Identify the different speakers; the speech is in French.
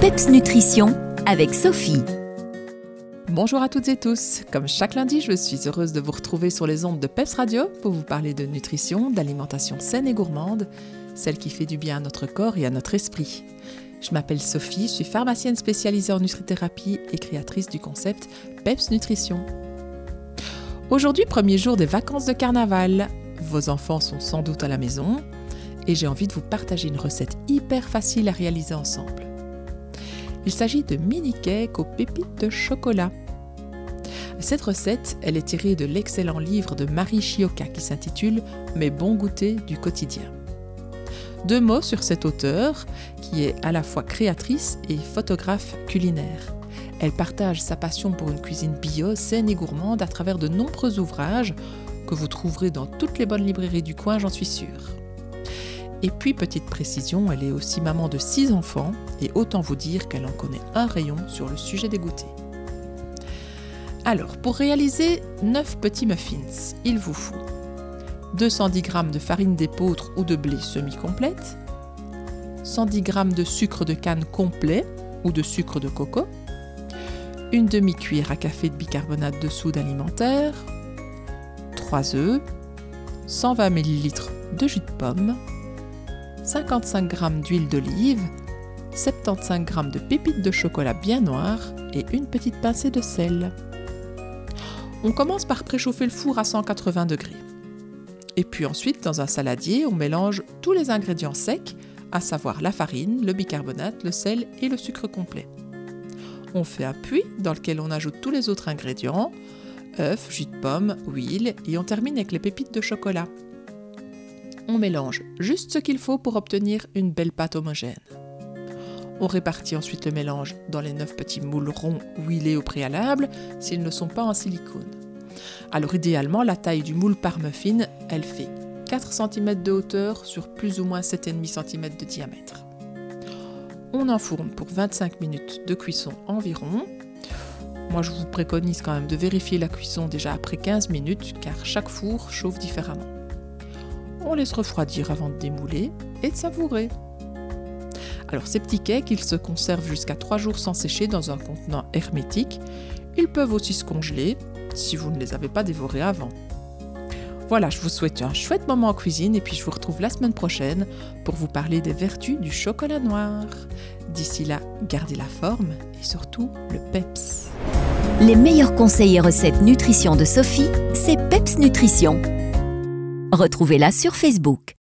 Speaker 1: PEPS Nutrition avec Sophie.
Speaker 2: Bonjour à toutes et tous. Comme chaque lundi, je suis heureuse de vous retrouver sur les ondes de PEPS Radio pour vous parler de nutrition, d'alimentation saine et gourmande, celle qui fait du bien à notre corps et à notre esprit. Je m'appelle Sophie, je suis pharmacienne spécialisée en nutrithérapie et créatrice du concept PEPS Nutrition. Aujourd'hui, premier jour des vacances de carnaval. Vos enfants sont sans doute à la maison et j'ai envie de vous partager une recette hyper facile à réaliser ensemble. Il s'agit de mini cakes aux pépites de chocolat. Cette recette, elle est tirée de l'excellent livre de Marie Chioca qui s'intitule « Mes bons goûters du quotidien ». 2 mots sur cette auteure qui est à la fois créatrice et photographe culinaire. Elle partage sa passion pour une cuisine bio, saine et gourmande à travers de nombreux ouvrages que vous trouverez dans toutes les bonnes librairies du coin, j'en suis sûre. Et puis, petite précision, elle est aussi maman de 6 enfants et autant vous dire qu'elle en connaît un rayon sur le sujet des goûters. Alors, pour réaliser 9 petits muffins, il vous faut 210 g de farine d'épeautre ou de blé semi-complète, 110 g de sucre de canne complet ou de sucre de coco, une demi-cuillère à café de bicarbonate de soude alimentaire, 3 œufs, 120 ml de jus de pomme, 55 g d'huile d'olive, 75 g de pépites de chocolat bien noires et une petite pincée de sel. On commence par préchauffer le four à 180 degrés. Et puis ensuite, dans un saladier, on mélange tous les ingrédients secs, à savoir la farine, le bicarbonate, le sel et le sucre complet. On fait un puits dans lequel on ajoute tous les autres ingrédients, œufs, jus de pomme, huile, et on termine avec les pépites de chocolat. On mélange juste ce qu'il faut pour obtenir une belle pâte homogène. On répartit ensuite le mélange dans les 9 petits moules ronds huilés au préalable, s'ils ne sont pas en silicone. Alors idéalement, la taille du moule par muffin, elle fait 4 cm de hauteur sur plus ou moins 7,5 cm de diamètre. On enfourne pour 25 minutes de cuisson environ. Moi, je vous préconise quand même de vérifier la cuisson déjà après 15 minutes, car chaque four chauffe différemment. On laisse refroidir avant de démouler et de savourer. Alors, ces petits cakes, ils se conservent jusqu'à 3 jours sans sécher dans un contenant hermétique. Ils peuvent aussi se congeler si vous ne les avez pas dévorés avant. Voilà, je vous souhaite un chouette moment en cuisine et puis je vous retrouve la semaine prochaine pour vous parler des vertus du chocolat noir. D'ici là, gardez la forme et surtout le PEPS.
Speaker 1: Les meilleurs conseils et recettes nutrition de Sophie, c'est PEPS Nutrition. Retrouvez-la sur Facebook.